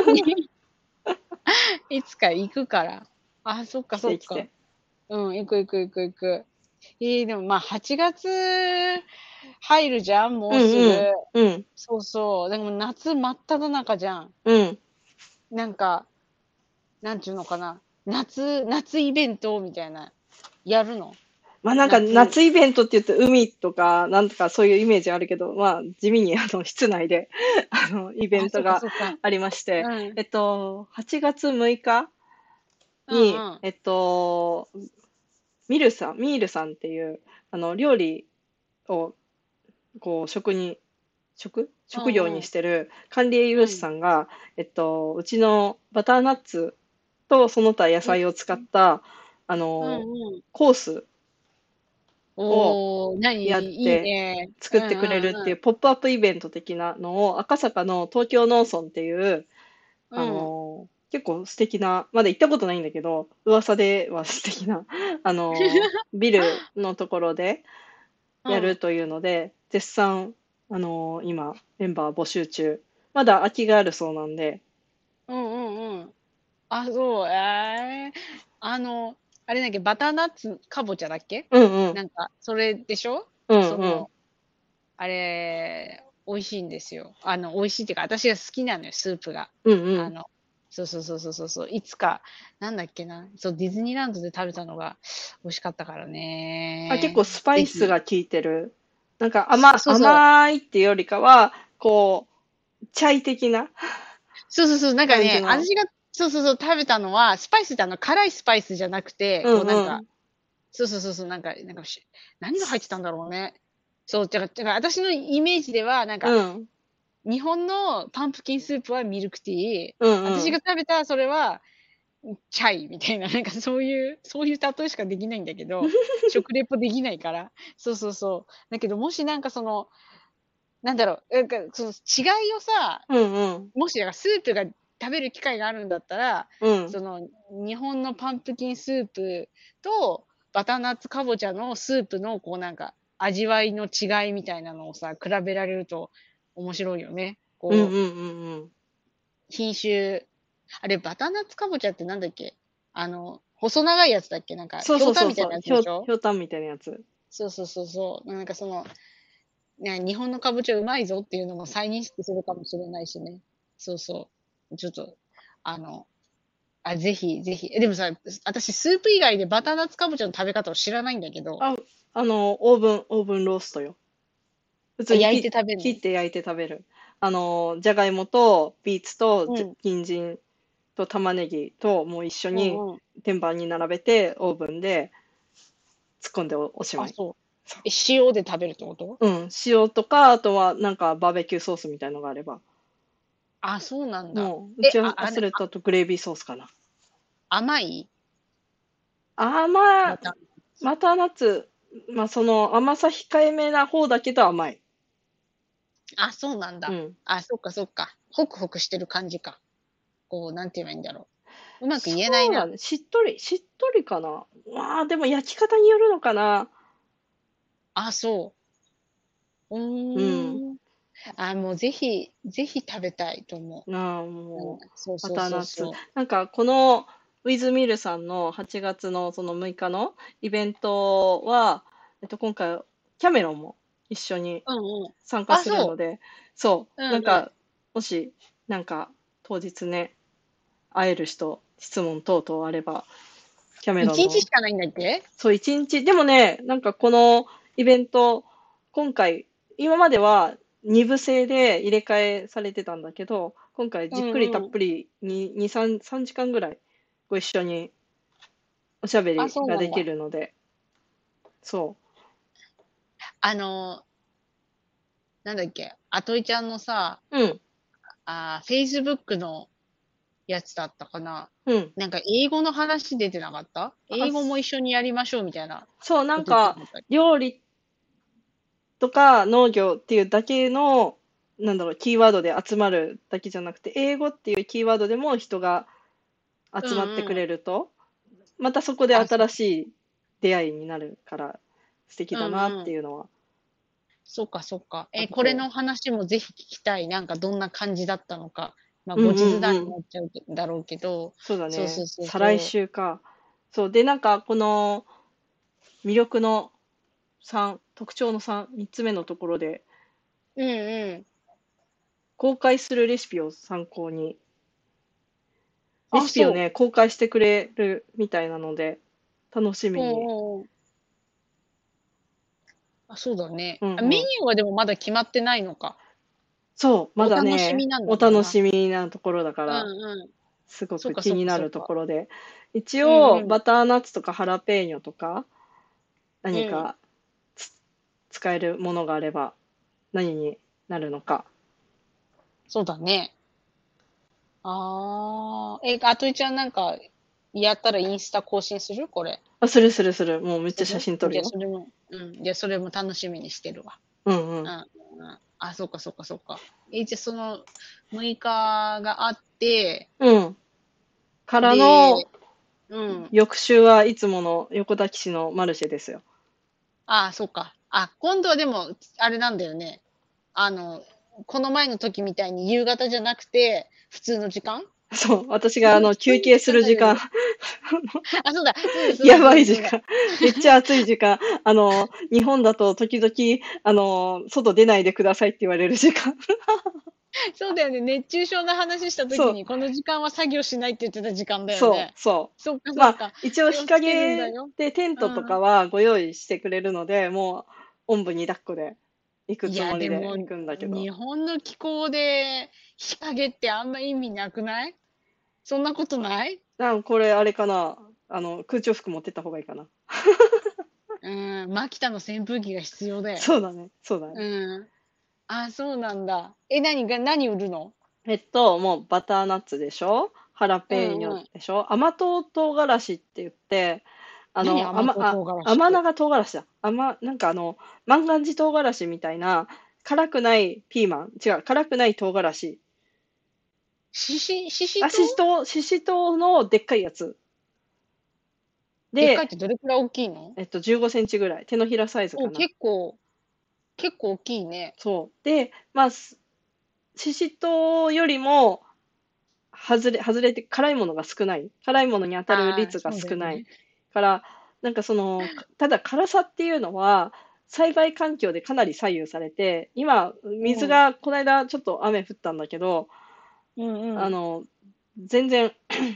いつか行くから。あ、そっかそっか。 来て来て。 うん、行く行く行く行く。ええ、でも、ま、はちがつ入るじゃん、もううすぐ。 んうん、うん、 そうそう。でも夏真っ只中じゃん。 うん。 なんか、なんちゅうのかな、夏夏イベントみたいな、やるの？ まあなんか夏夏イベントって言うと海とかなんとかそういうイメージあるけど、まあ地味にあの室内であのイベあ、そっかントがそっか。 ありまして、 うん。 えっと、はちがつむいかに、 うんうん。 えっと、ミルさん、ミールさんっていう、あの、料理を、こう、職に、職う職業にんうん。 してる管理栄養士うん。 さんが、えっと、うちのバターナッツとその他野え、 菜を使った、あうんの、 うん。 コースをおお、なやっに、いいてね。うんう作ってくれるっていうんうん。 ポップアップイベント的なのを赤坂の東京農村っていう、あうん。 の、結構素敵な、まだ行ったことないんだけど、噂では素敵な、あの、ビルのところでうん。 やるというので、絶賛、あの、今、メンバー募集中。まだ空きがあるそうなんで、 うんうんうん。 あ、そう、ええ。あの、あれだっけ、バターナッツかぼちゃだっけ？ うんうん。 なんか、それでしょ？ うんうん。 その、あれ、美味しいんですよ。あの、美味しいっていうか、私が好きなのよ、スープが。 うんうん。 あの、そうそうそうそうそうそう、いつか、なんだっけな、そう、ディズニーランドで食べたのが美味しかったからあ、結ね。 構スパイスぜひ。 が効いてる。なんかそ甘、 そうそう。 甘いっていうよりかは、こう、チャイ的なそうそうそう、なんかね、 感じの。 私がそうそうそう、食べたのは、スパイスってあの、辛いスパイスじゃなくて、 うんこうなんか、 うん。 そうそうそうそう、なんかなんかし何が入ってたんだろうね。そう、だからだから私のイメージでは、なんか、 うん。 日本のパンプキンスープはミルクティー、 うん私がうん。 食べたそれは、ん、チャイみたいな、なんかそういうそういう例えしかできないんだけど、食レポできないから。そうそうそう。だけど、もしなんかその、なんだろう、なんかその違いをさ、 うんうん。 もしだからスープが食べる機会があるんだったら、 うん。 その日本のパンプキンスープとバターナッツかぼちゃのスープのこうなんか味わいの違いみたいなのをさ、比べられると面白いよね。こう、 うんうんうんうん。 品種、あれバターナッツかぼちゃってなんだっけ？あの、細長いやつだっけ？なんか、 そうひょそうそうそう。 うたんみたいなやつひょう、 でしょ？ ひょうたんみたいなやつ。 そうそうそうそう。なんかその、ね、日本のかぼちゃうまいぞっていうのも再認識するかもしれないしね。そうそう。ちょっと、あの、あ、ぜひぜひ。え、でもさ、私スープ以外でバターナッツかぼちゃの食べ方を知らないんだけど、 あ、あの、オーブン、オーブンローストよ。普あ、焼いて通に切、 食べんの？ 切って焼いて食べる。あの、じゃがいもとビーツとじうん。 人参と玉ねぎともう一緒にうんうん。 天板に並べてオーブンで突っ込んでお、おしまあ、 い。 そう。 そえ、塩で食べるってこと？ う。うん。塩とか、あとはなんかバーベキューソースみたいのがあれば。 あ、そうなんだ。 もう、うえ、 ちはああれ、 それとあとグレービーソースかな。 甘い？ 甘い、 バター。 バターナッツ、まあその甘さ控えめな方だけど甘い。 あ、そうなんだ。 うん。 あ、そっかそっか。ホクホクしてる感じか。こう、なんて言えばいいんだろう。うまくそ言えないな。 うだね。しっとり、しっとりかな。まあでも焼き方によるのかな。 あ、そう。ううん。 ーん。あ、もうぜひ、ぜひ食べたいと思なあ、 う。うん、 もう、バそうそうターナッツ。 そうそう。 なんか、この、ウィズミルさんのはちがつのそのむいかのイベントは、えっと、今回、キャメロンも一緒にうんうん。あ、 参加するのそで、そう。うう、なんうん。 んか、もし、なんか、当日ね、会える人、質問等々あれば、キャメロ 1 ンの、 日しかないんだっけ？ そう、一日、でもね、なんかこのイベント、今回、今までは二部制で入れ替えされてたんだけど、今回うじっくりたっんうん。 ぷりに、に、さん、さんじかんぐらいご一緒におしゃべあ、 りができそうなんだ。 るので、そあの、なんだっけ、あといちゃんのさ、 う。うん、 あー、Facebook のやつだったかな。 うん。 なんか英語の話出てなかった？ あ、 英語も一緒にやりましょうみたいなそう、なこと言ってなんか、 かったっけ？ 料理とか農業っていうだけの、なんだろう、キーワードで集まるだけじゃなくて、英語っていうキーワードでも人がう集まってくんうん。 れると、またそこであ、そ新しい出会いになるから素敵うだなっんうん。 ていうのはそっかそっか。え、 あって。 これの話もぜひ聞きたい。なんかどんな感じだったのか。まあ、 うん後日うんうん。 談になっちゃうけだろうけど、 そうだね。 そうそうそう再来そ週か。そう。で、なんかこの魅力のさん、特徴のさん、みっつめのところで、 う。うんうん。 公開するレシピを参考に、レあ、そう。 シピをね、公開してくれるみたいなので、楽しうんみに。 うんうん。あ、そうだね。あ、メニうんうん。 ューはでもまだ決まってないのか。 そう、まおだね、 楽しみなんおだもんな。 楽しみなところだかうら、 んうん。 すごくそっかそっ気になるとかそっか。 ころで。一応、 うんうん。 バターナッツとかハラペーニョとか、 うん。 何かつ使えるものがあれば何になるのか。 そうだね。ああ。え、あといちゃんなんか、やったらインスタ更新する？これ。 あ、するするする。もうめっちゃ写する？じゃあ真撮るよ。 それも、うん。じゃあそれも楽しみにしてるわ。 うんうん。 うん。うん。あ、そっかそっかそっか。え、じゃあそのむいかがあって、 うん。からの、 で、うん。 翌週はいつもの横田基地のマルシェですよ。 ああ、そっか。あ、今度はでも、あれなんだよね。あの、この前の時みたいに夕方じゃなくて、普通の時間？ そう、私があの休憩する時間、 あ、そうだ、そうだ、そうやだ、そうだ、そうだ。 ばい時間、めっちゃ暑い時間、あの、日本だと時々、あの、外出ないでくださいって言われる時間。 そうだよね。熱中症の話したそう、 時に、この時間は作業しないって言ってた時間だよそう、 ね。 そそっかう。まあ、 そっか。 一応日気をつけるんだ陰よ。 でテントとかうん。 はご用意してくれるので、もう、おんぶに抱っこで行くいや、 つもりでも、 で行くんだけど。 日本の気候で日陰ってあんま意味なくない？そんなことない？ なんこれあれかな、あの、空調服持ってった方がいいかな。 うん、マキタの扇風機が必要だよ。 そうだね、そうだね。 うん。あ、そうなんだ。え、何が何売るの？ えっと、もうバターナッツでしょ、ハラうペーニョんうん。 でしょ、甘党唐辛子って言って、あ何、 の、甘、あ、 甘党唐辛子って。 甘長唐辛子だ。甘、なんかあの、万願寺唐辛子みたいな、辛くないピーマン。違う、辛くない唐辛子。 ししししあ、 とししとう、ししとうのでっかいやつ。で、 でっかいってどれくらい大きいの？ えっと、じゅうごセンチぐらい。手のひらサイズかお、 な。 結構結構大きいね。 そう。で、まあ、すししとうよりも、外れ、外れて辛いものが少ない。辛いものに当たるああ、 率がそうだ少ない。 よね。 から、なんかその、かただ辛さっていうのは、栽培環境でかなり左右されて、今、水うん。 が、この間ちょっと雨降ったんだけど、 うんうん。 あの、全然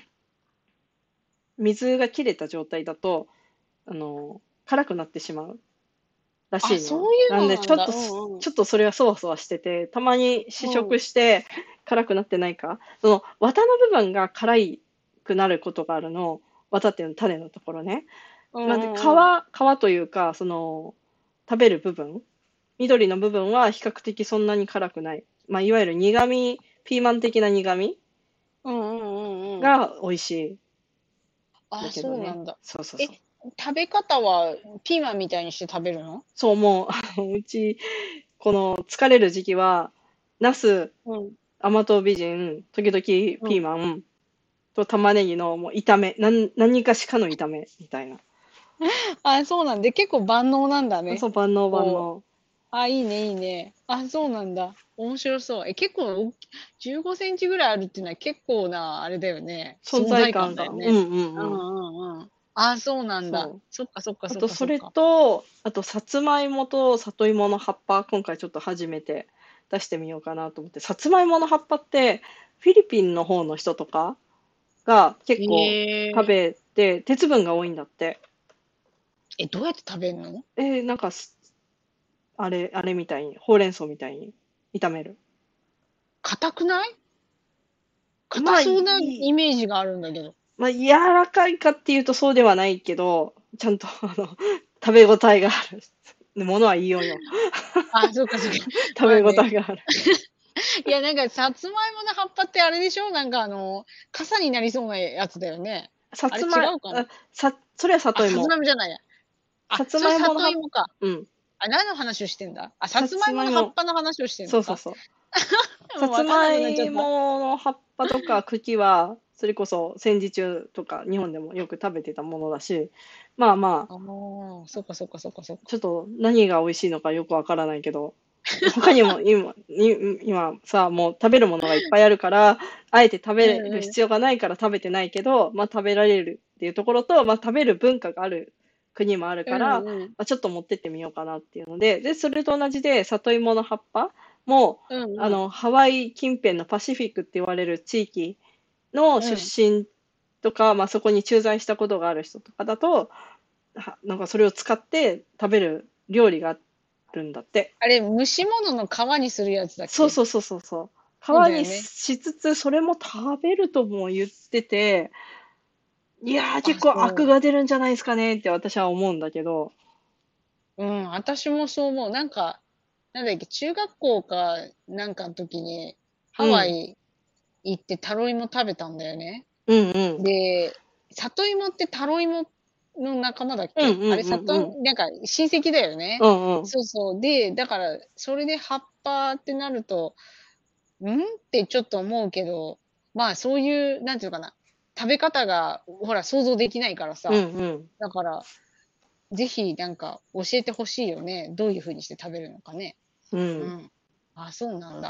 水が切れた状態だと、あの、辛くなってしまうらしあ、 いの。 そういうなんで、 のなんだ。 ちょっとす、 うんうん。 ちょっとそれはそわそわしてて、たまに試うん。 食して辛くなってないか、その、綿の部分が辛いくなることがあるの。綿っていうの種のところね。 うんまあ、で、皮、 うんうん。 皮というか、その、食べる部分、緑の部分は比較的そんなに辛くない。まあ、いわゆる苦味、ピーマン的な苦味うんうんうんうん。 が美味しい。だあ、 けどね。 そうなんだ。え、 そうそうそう。 食べ方はピーマンみたいにして食べるの？ そう、もう、あの、うち、この疲れる時期は、ナス、 うん、 甘党美人、時々ピうん。 ーマンと玉ねぎのもう炒め、何、何かしかの炒めみたいな。 あ、そうなんで、結構万能なんだね。 そう、万能万こう、 能。 あ、いいねいいね。あ、そうなんだ。面白そう。え、結構おっきじゅうごセンチぐらいあるっていうのは結構なあれだよね、 存存在在感が。うんう感だよね。うんうん。 んうんうん。あ、そうなんだ。 そう。 そっかそっかそっあと、それかそっか。 と、あと、さつまいもと里芋の葉っぱ、今回ちょっと初めて出してみようかなと思って、さつまいもの葉っぱって、フィリピンの方の人とかが結構食へえ。 べて、鉄分が多いんだって。 え、どうやって食べんの？ えー、なんかす、あれ、あれみたいに、ほうれん草みたいに炒める。 硬くない？ まあ、い硬そうなイい、 メージがあるんだけど。 まあ、柔らかいかっていうとそうではないけど、ちゃんと、あの、食べ応えがある。ものは言いようよ。 あ、そうかそうか。 食べ応まあね。 えがある。 いや、なんかさつまいもの葉っぱってあれでしょ？なんかあの、傘になりそうなやつだよね。あれさつまい、 違うかな？ あ、さ、それはあ、さつ里芋。 まいもじゃないや。あ、 さつそれまいもの葉っ、 里芋か。 うん。 あ、何の話をしてんだ？あ、ささつまいもの葉っつまいも、 ぱの話をしてんのか？ そうそうそう。さもう分かんなつまくなっちゃった。 いもの葉っぱとか茎は、それこそ戦時中とか日本でもよく食べてたものだし、まあまあ、 ああ、そっかそっかそっかそっか。 ちょっと何が美味しいのかよくわからないけど、他にも今、い今さ、もう食べるものがいっぱいあるから、あえて食べうんうん。 る必要がないから食べてないけど、まあ食べられるっていうところと、まあ食べる文化がある国もあるうから、まんうん。 あ、ちょっと持ってってみようかなっていうので、で、それと同じで里芋の葉っぱも、 うんうん。 あの、ハワイ近辺のパシフィックって言われる地域の出うん。 身とか、まあそこに駐在したことがある人とかだと、はなんかそれを使って食べる料理があるんだって。 あれ、蒸し物の皮にするやつだっけ？ そうそうそうそうそう。 そう皮にだよね。 しつつ、それも食べるとも言ってて、いやー結あ、 構アクそう。 が出るんじゃないですかねって私は思うんだけど。 うん、私もそう思う。なんか、なんだっけ、中学校かなんかの時に、ハワうん。 イ行ってタロイモ食べたんだよね。 うんうん。 で、里芋ってタロイモの仲間だっうんうんけ？あれ、 うんうん。 里なんか親戚だよね。 うんうん。 そうそう。で、だから、それで葉っぱってなると、ん？ってちょっと思うけど、まあ、そういう、なんていうのかな、食べ方が、ほら、想像できないからうさ。 んうん。 だから、ぜひなんか教えてほしいよね。どういう風にして食べるのかね。 うん。 うん。あ、そうなんだ。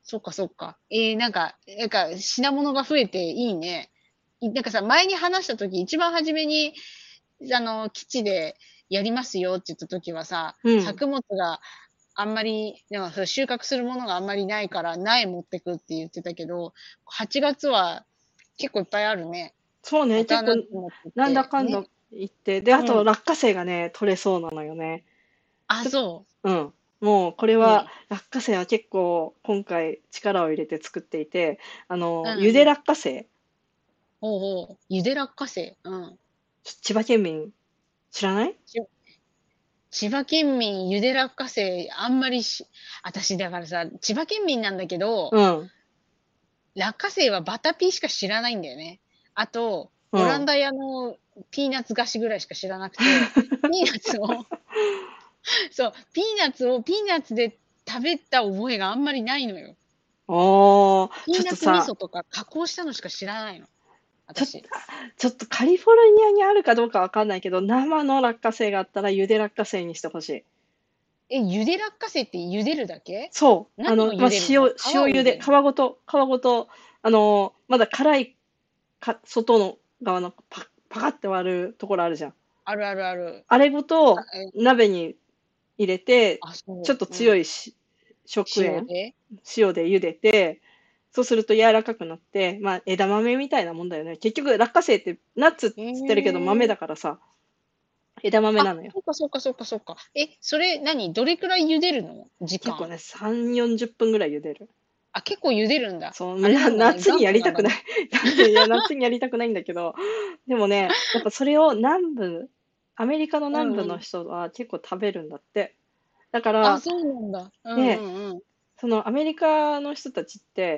そっかそっか。えー、なんか、なんか品物が増えていいね。いなんかさ、前に話した時、一番初めに、あの、基地でやりますよって言った時はさ、 うん。 作物があんまり、なんかそう収穫するものがあんまりないから、苗持ってくって言ってたけど、はちがつは結構いっぱいあるね。 そうね、 バター結構、 ナッツ持ってっなんだて、 かんだね。 言って、で、あと、 うん。 落花生がね、取れそうなのよね。 あ、 ちょ、 そうん。もう、これう。いいは、 ね。 落花生は結構、今回、力を入れて作っていて、あの、ゆでうんうん。 落花生、 ほうほう。ゆで落花生。うん。 ち千葉県民、知らない？ ち千葉県民ゆで落花生、あんまりし、私だからさ、千葉県民なんだけど、 うん、 落花生はバタピーしか知らないんだよね。あと、 うん。 オランダ屋のピーナッツ菓子ぐらいしか知らなくて、ピーナッツを、そう、ピーナッツをピーナッツで食べた覚えがあんまりないのよ。 おー、ちょっピーナッツ味とさ、 噌とか加工したのしか知らないの、 ちょっと、 私。 ちょっとカリフォルニアにあるかどうかわかんないけど、生の落花生があったら、ゆで落花生にしてほしい。 え、ゆで落花生って茹でるだけ？ そう。あ何をの、まあ、 茹でるの？ 塩、 皮塩茹で、皮を茹でるの？ ごと、皮ごと、あの、まだ辛いか、外の側のパ、パカって割るところあるじゃん。 あるあるある。 あれごとあ、え、 鍋に入れて、 あ、そちょっとう。うん。 強いし食塩、 塩で？ 塩で茹でて、そうすると柔らかくなって、まあ枝豆みたいなもんだよね。結局落花生ってナッツっへつってるけど豆え。 だからさ、枝豆あ、 なのよ。 そっかそっかそっかそっか。え、それ何どれくらい茹でるの？時間。 結構ね、さん、よんじゅっぷんぐらい茹でる。 あ、結構茹でるんだ。 そう、な、 あれなんだね、 夏に頑やりたくない。 固なんだね。 いや、夏にやりたくないんだけど、でもね、やっぱそれを南部、アメリカの南部のうんうん。 人は結構食べるんだって。だかあ、 ら、 そうなんだ。うんうね、 んうん。 そのアメリカの人たちって、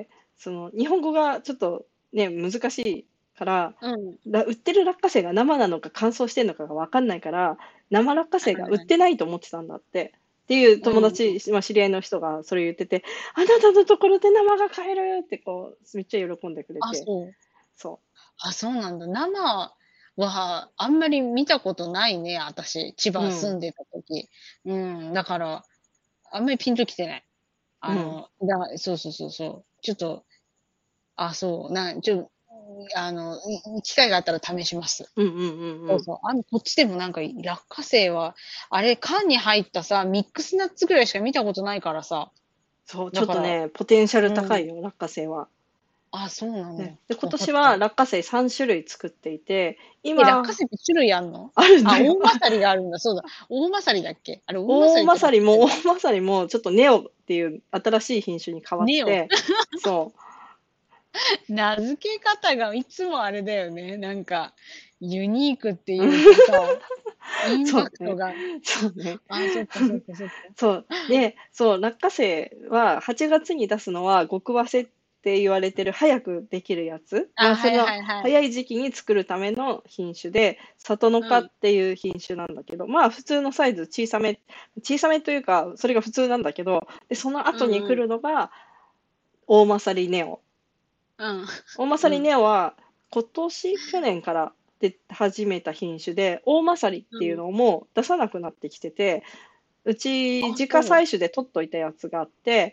その日本語がちょっとね、難しいから、 うん。 ら売ってる落花生が生なのか乾燥してるのかがわかんないから、生落花生が売っはいはい。 てないと思ってたんだって。っていううんうん。 友達、まあ、知り合いの人がそれ言ってて、あなたのところで生が買えるってこう、めっちゃ喜んでくれあ、 て、 そう。 そあ、そうなんだ。生はあんまり見たことないね、私。千う。うん、 葉住んでた時。うん、だから、あんまりピンときてない。 うん、 あの、だそうそうそうそう。ちょっと、あ、そう、なちょあの、い機会があったら試します。 うんうんうんうん。 そうそう。あの、こっちでもなんか、落花生は、あれ、缶に入ったさ、ミックスナッツぐらいしか見たことないからさ。 そう、ちょだから、 っとね、ポテンシャルうん。 高いよ、落花生は。 あ、そうなんだ。 ね、で、今わか年はった。 落花生さん種類作っていて、 え、落花今、 生って種類あんの？あ、 あるんだよ。 大まさりがあるんだ。そうだ。大まさりだっけ？あれ、大まさ大りってまさりも、大落花生だっけ？ まさりも、ちょっとネオっていう新しい品種に変わっネオ。 て、そ名付け方がいつもあれだよね。なんか、ユニークってう。 いうかさ、インパそうね。 クトが。 そうね。 あ、そっかそっかそっか。 そう。で、そう、落花生ははちがつに出すのは極早生って言われてる早くできるやつ。まあ、 あ、はいそのはいはい。 早い時期に作るための品種で、里の香うん。 っていう品種なんだけど、まあ普通のサイズ小さめ、小さめというか、それが普通なんだけど、で、その後に来うんうん。 るのが大まさりネオ。 うん。 大まさりうん。 ネオは今年、去年から出始めた品種で、大まさりっていううん。 のも出さなくなってきてて、うちあ、 自家そう。 採取で取っといたやつがあって、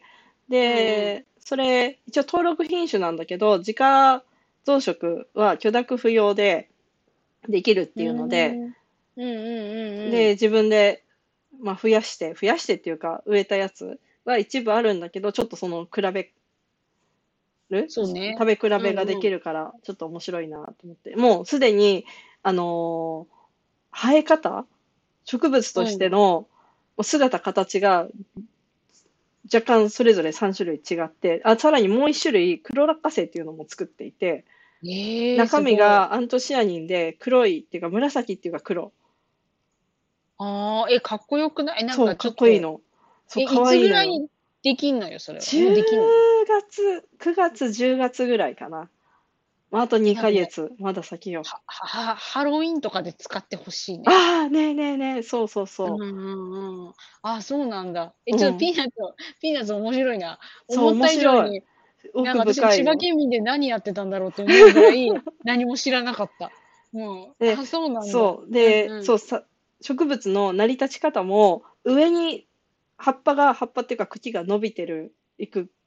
うんうん。 で、それ、一応登録品種なんだけど、自家増殖は許諾不要でできるっうーていうので、 ん。うんうんうんうで、 ん。 自分で、まあ、増やして、増やしてっていうか、植えたやつは一部あるんだけど、ちょっとその比べるそうね。 食べ比うんうん。 べができるから、ちょっと面白いなと思って。もうすでに、あのー生え方植物としてうん。 の姿、形が若干それぞれさん種類違って、あ、さらにもういち種類黒落花生っていうのも作っていて、 ええ、 中身すごい。 がアントシアニンで黒いっていうか紫っていうか黒。 ああ、え、かっこよくない？え、なんそう、 かかっちょっと、 こいいの。そう、 え、 かいわいいのよ。 つぐらいできんのよ、それは。もうできんの？ じゅうがつ、くがつ、じゅうがつぐらいかな。まあ、あとえ、なんかね、 にかげつ、まだ先よ。 ははハロウィンとかで使ってほしいね。 ああ、ねえねえねえ、そうそうそうんうんうん。あ、そうなんだ。え、 う。 ちょっとピうん。 ーナッツピーナッツ面白いな。 そう、面思った以上白い。 に、なん奥か私千葉深いよ。 県民で何やってたんだろうって思うぐらい、何も知らなかった。うん。 で、 あ、そうなんだ。 そう。 うんで、 うん。 そう、さ、植物の成り立ち方も、上に葉っぱが、葉っぱっていうか茎が伸びてる、いく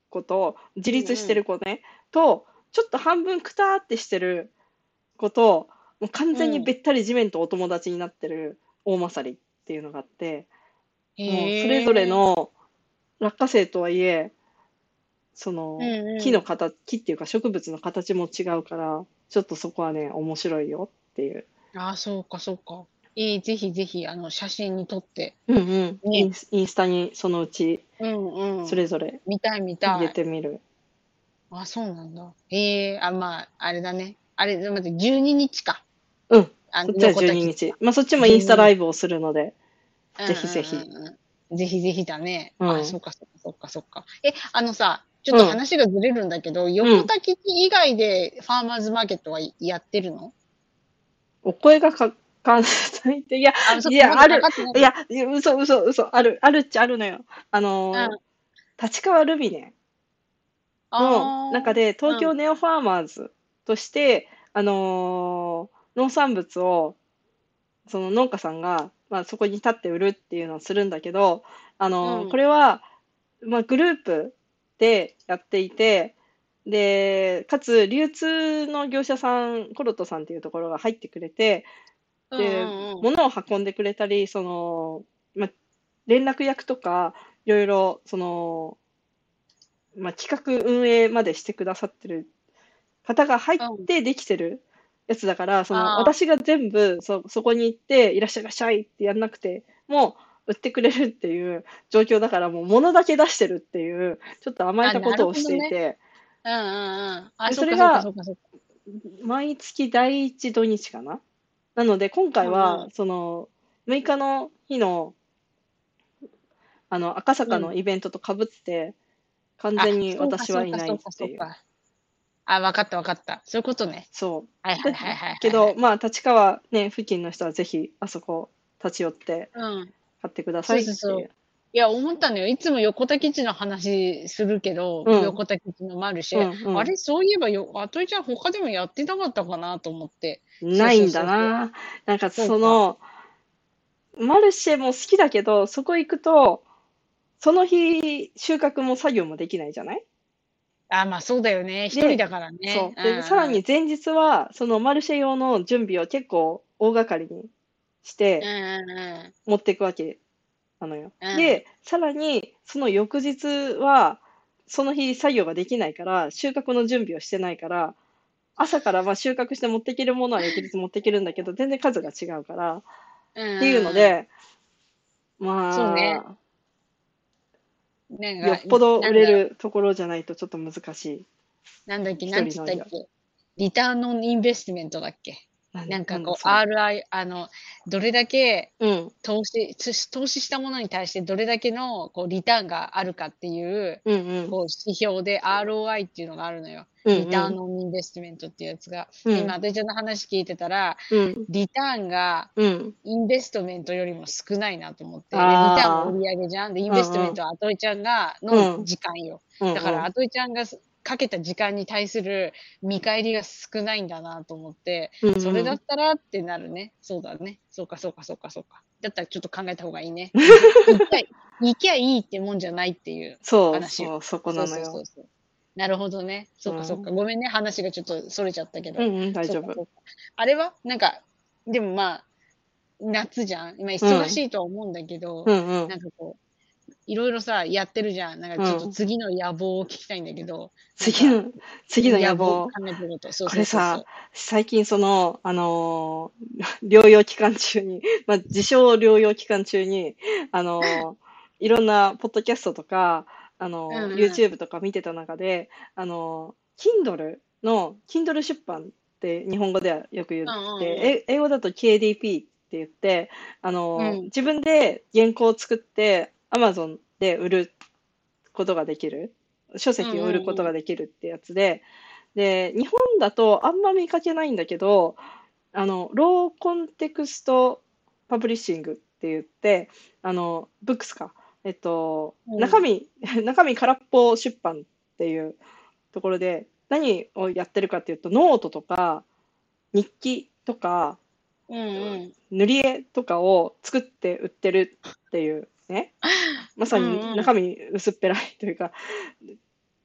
子と、自うん立してうる子ね、と、ちょっと半分くたーってしてる子と、もう完全ん。うん。 にべったり地面とお友達になってる大マサリっていうのがあって、もうそれぞれへえ。 の落花生とはいえ、そうんの木のう形、木っていうか植物の形も違うから、ちょっとそこはね、面白いよっていう。 ん。ああ、そうかそうか。ええ、ぜひぜひ、あの、写真に撮って、 うんうん。イね。 ンス、インスタにそのうちうんうん。 それぞれ見たい見入れたい。 てみる。 あ、そうなんだ。ええ、あ、まあ、あれだね。あれ、で待って、じゅうににちか。 うん。 あの、 そっちは12 横田基地は。 日。まあそっちもイン 12 スタラ日。 イブをするので、ぜひうんうんぜひ。 うんうん。ぜひぜひだね。あ、 うん。 そっかそっかそっかそっか。え、あのさ、ちょっうん。 と話がずれるんだけど、 うん。 横田基地以外でファーマーズマーケットはいやってるの？ お声がかかんないって、いや、 あ、そっか、まいや、ある。 だかかってないいや、 の？ いや嘘嘘嘘。ある。あるっちゃあるのよ。あのうん。 ー、立川ルミネの中あで、 あ、 東うん。 京ネオファーマーズとして、あのー農産物を、その農家さんが、まあ、そこに立って売るっていうのをするんだけど、あのーこうん。 れは、まあ、グループでやっていて、で、かつ流通の業者さん、コロトさんっていうところが入ってくれて、 うんで、 うんうん。 物を運んでくれたり、その、まあ、連絡役とか、いろいろ、その、まあ、企画運営までしてくださってる方が入っうん。 てできてるやつだから、その、 ああ、 私が全部、そ、そこに行って、いらっしゃいいらっしゃいってやんなくて、もう、売ってくれるっていう状況だから、もう物だけ出してるっていう、ちょっと甘えあ、なるたことをしほどね。 ていて、 うんうんうん。あ、 で、 そっかそっかそれが、 そっかそっか。 毎月第一土日かな。なので、今回は、 うんうん。 その、むいかの日の、あの、赤坂のうん。 イベントとかぶって、完あ、 全にそうか私はいないっそうかそうかていう。 そうか。あ、わかったわかった。そういうことね。 そう。だはいはいはいはいけど、 はいはい。 まあ、立川ね、付近の人はぜひ、あそこ立ち寄ってうん。 買ってくださそうそうそう。 いっていう。 いや、思ったのよ。いつも横田基地の話するけど、 うん、 横田基地のマルシェ。 うん、うあれ、 ん。 そういえばよあといちゃん他でもやってなかったかなと思って。そうないんだそうそうそう。 な。なんか、 そうか。 その、マルシェも好きだけど、そこ行くと、その日、収穫も作業もできないじゃない。 あ、ま、そうだよね。一人で、 だからね。 そう。 うんで、さらうん。 に前日は、そのマルシェ用の準備を結構大掛かりにしうんてうんうん。 持っていくわけなのよ。 うん。 で、さらに、その翌日は、その日作業ができないから、収穫の準備をしてないから、朝からまあ収穫して持っていけるものは翌日持っていけるんだけど、全然数が違うから、っうんていうのうんうん。 で、 そうね。 まあ、 なんか、 よっぽど売れなんだろるところじゃないとちょっと難しい。 なんだっけ、なん一人のや。 つったっけ、リターンオンインベストメントだっけ。 何、 なんかこうなんだそれ。 アールアイ、あの、どれだけうん、 投資つ投資したものに対してどれだけのこうリターンがあるかっていう、 うん、うん、 こう指標で アールオーアイ っていうのがあるのよ。 うん、 リターンうん、 オンインベストメントっていうやつが。で、今、 うん、 あといちゃんの話聞いてたら、 うん、 リターンがうん。 インベストメントよりも少ないなと思って。で、リターンは売ああ、 り上げじゃん。で、インうん、うん、 ベストメントはあといちゃんがのうん、 時間よ。 うん、 だから、 うん、 あといちゃんがすかけた時間に対する見返りが少ないんだなと思って、 うん、 それだっうん。 たらってなるね。そうだね。そうかそうかそうかそうか。だったらちょっと考えた方がいいね。いき行きゃ行きゃいいってもんじゃないっていうそう話よ。 そう、そこそうなのよ。 そうそうそう。なるほどね。そうん。 っかそっか。ごめんね、話がちょっとそれちゃったけど。 うんうん、大丈夫。 そっかそっか。あれはなんか、でもまあ、夏じゃん。今うん。 忙しいとは思うんだけど、 うんうん。 なんかこう、いろいろさ、やってるじゃん。なんかちょっとうん。 次の野望を聞きたいんだけど、なんか、 次の、次の野野望、考望。 えてること。そうこれさ、 そうそうそう。 最近その、あのー療養期間中に、まあ、自称療養期間中に、あのーいろんなポッドキャストとか、あのーうんうん。 YouTube とか見てた中で、あのー Kindle の、Kindle 出版って日本語ではよく言っうんうんうん。 て、え英語だと ケーディーピー って言って、あのーうん。 自分で原稿を作って Amazon で売ることができる。書うん籍を売ることうんうん。 ができるってやつで、で、日本だとあんま見かけないんだけど、あの、ローコンテクストパブリッシングって言って、あの、ブックスか。えっと、 うん。 中身、中身空っぽ出版っていうところで、何をやってるかっていうと、ノートとか、日記とか、 うんうん。 塗り絵とかを作って売ってるっていうね。まさうにんうん。 中身薄っぺらいというか、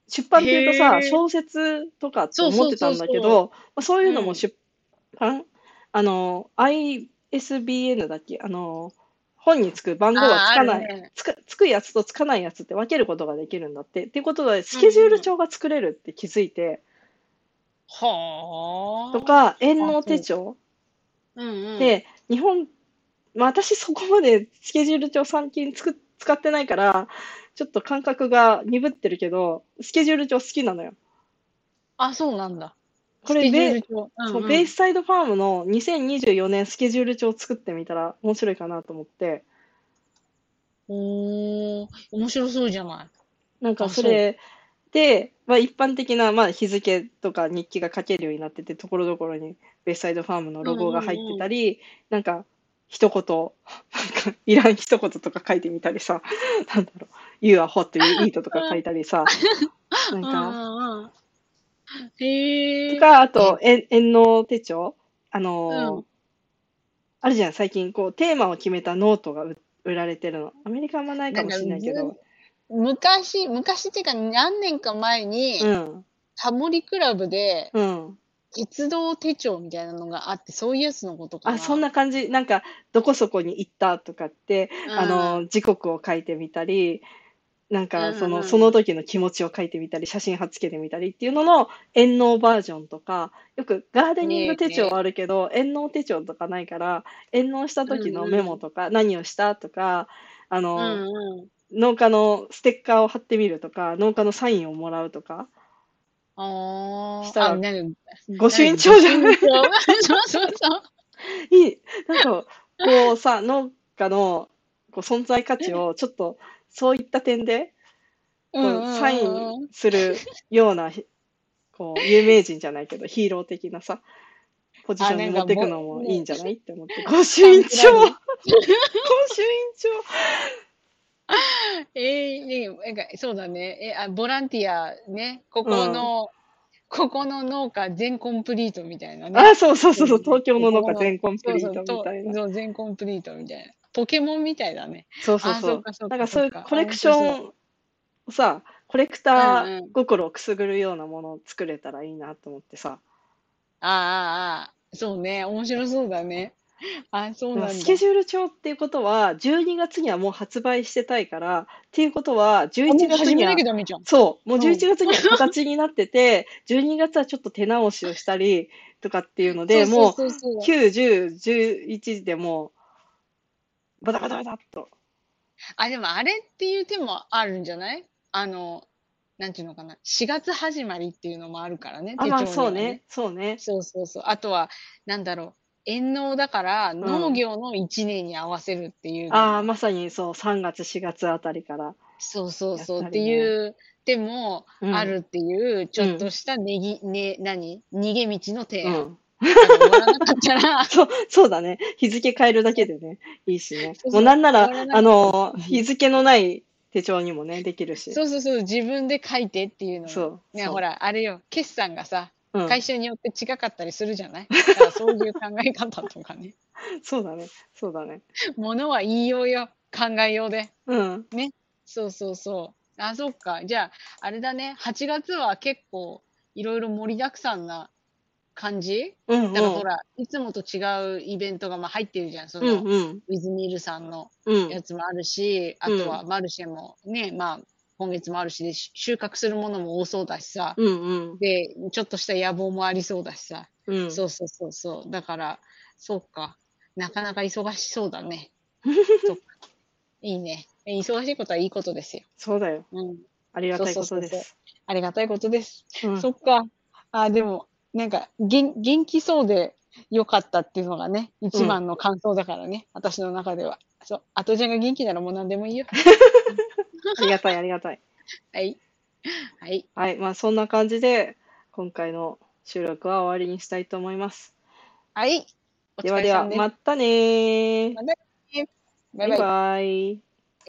出版っていうとさ、 へえ。 小説とかってそうそう思ってたんだけそうそど、まあ、そうう。 いうのもうん。 出版、あの、アイエスビーエヌ だっけ、あの、本につく番号がああ、あつかない、 るね。 つく、つくやつとつかないやつって分けることができるんだって。っていうことで、スうんケジュールうん。 帳が作れるって気づいて、とはか、遠あ。あ、 納手そう。 帳うんうん。 で、日本、まあ私そこまでスケジュール帳最近つく、使ってないから、ちょっと感覚が鈍ってるけど、スケジュール帳好きなのよ。 あ、そうなんだ。 これ、 スケジューベ、 ル帳。うそう、 んうん。 ベイスサイドファームのにせんにじゅうよねんスケジュール帳を作ってみたら面白いかなと思って、 おー、面白そうじゃない。 なんかあ、そう。 それで、まあ一般的な、まあ日付とか日記が書けるようになってて、ところどころにベイサイドファームのロうんうゴが入ってんうん。 たり、なんか一言、なんかいらん一言とか書いてみたりさ、なんだろう、You are hot, you eat とか書いたりさ、なんうんか、 うんうん。へえ。 とか、あえ、 と、え遠納手帳あのーうん。 あるじゃん、最近こう、テーマを決めたノートが売売られてるの。アメリカはあんまないかもなんか、 しれないけど、 ず昔昔っていうか、何年か前に、 うん、 タモリクラブで、 うん。 鉄道手帳みたいなのがあって、そういうやつのことかあ、そんな。 な感じ。なんか、どこそこに行ったとかって、 うん。 あの、時刻を書いてみたり、なんうか、その、そんうん。 の時の気持ちを書いてみたり、写真貼っつけてみたりっていうのの、遠納バージョンとか、よくガーデニング手帳はねえ。 あるけど、遠納手帳とかないから、遠納したうん時のメうん。 モとか、何をしたとか、あうの、 んうん。 農家のステッカーを貼ってみるとか、農家のサインをもらうとかしああ、あ、 たら、 なんか御朱印なんだっけ、御朱帳じゃない？ 印帳。そうそうそう。 いい。なんか、こうさ、農家のこう存在価値をちょっと、そういった点で、こう、 うんうんサインうんうん。 するような、ひこう、有名人じゃないけど、ヒーロー的なさ、ポジシあ、 ョンになんか、ぼ持っていくのもいいんね、 じゃないって思って、御スタン朱印帳。御プラリー。 朱印帳。 ええ、ね、なんか、そうだね。え、あ、ボランティアね、こうん。 このここの農家全コンプリートみたいなね。 あ、そうそうそうそう、 そうだね。 東京の農ここの家全コンプそうそう、 リートみとたいな。 そう、全コンプリートみたいな。ポケモンみたいだね。 そうそうああ、 そう。 そっかそっなんかそういうかそっか。あ、 コレクショ面白そう。 ンをさ、コレクうんターうん。 心をくすぐるようなものを作れたらいいなと思ってさ。 ああああああ、そうね、面白そうだね。あ、そうでもスケなんだ。 ジュール帳っていうことは、じゅうにがつにはもう発売してたいから、っていうことは、11 あ、もう始めなき月には、 ゃダメじゃん。 そう、もう11 うん。 月には形になってて、じゅうにがつはちょっと手直しをしたりとかっていうので、 そうそうもうそうそう。 きゅう、じゅう、じゅういちでもうバタバタバタっと。 あ、でもあれっていう手もあるんじゃない？あの、なんていうのかな、しがつ始まりっていうのもあるからね、 あ、 手まあ帳にはね。 そうね、そうね。 そうそうそう。あとは、なんだろう、遠農だから、 うん。 農業のいちねんに合わせるっていうのああ、 も、 まさにそう、さんがつ、しがつあたりからそうそうやっそうってたりね。 いう手もうん、 あるっていう、ちょっとうん、 したねぎね、何、逃げ道の提案。 うん。 だから終わらなかったら、 そう、そうだね。日付変えるだそう、 けでね、いいしね。もうそうそう、 なんなら、 終わらなあかったらの、 次。 日付のない手帳にもね、できるし。 そうそうそう、自分で書いてっていうのも。 そう、 ね、ほそら、あれよ、決算がさ、 う。うん。 会社によって違かったりするじゃない？だからそういう考え方とかね。 そうだね。そうだね。 ものは言いようよ、考えようで。 うん。 ね。そうそうそう。あ、そっか。じゃあ、あれだね、はちがつは結構いろいろ盛りだくさんな感じ？ うんうん。 だからほら、いつもと違うイベントが、ま、入ってるじゃん。そうんの、 うん。 ウィズミルさんのうん。 やつもあるし、あうん。 とはマルシェもね、まあ、今月もあるしで、し収穫するものも多そうだしさ。 うんうん。 で、ちょっとした野望もありそうだしさ。 うん。 そうそうそうそう。だから、そうか、なかなか忙しそうだね。そっか、いいね。え、忙しいことはいいことですよ。 そうだよ。 うん。そうありがたいそうそうそう。 ことです。 ありがたいことです。 うん。 そっか。あ、でも、なんか、げん元気そうで良かったっていうのがね、一うん。 番の感想だからね、私の中では。そう、あとちゃんが元気ならもう何でもいいよ。うん。 ありがたい、ありがたい。 はい。はい。 はい。まあ、そんな感じで、今回の収録は終わりにしたいと思います。 はい。お疲ではでは、 れさんです。 またねー。 またね。バイバイバイ。 バイ。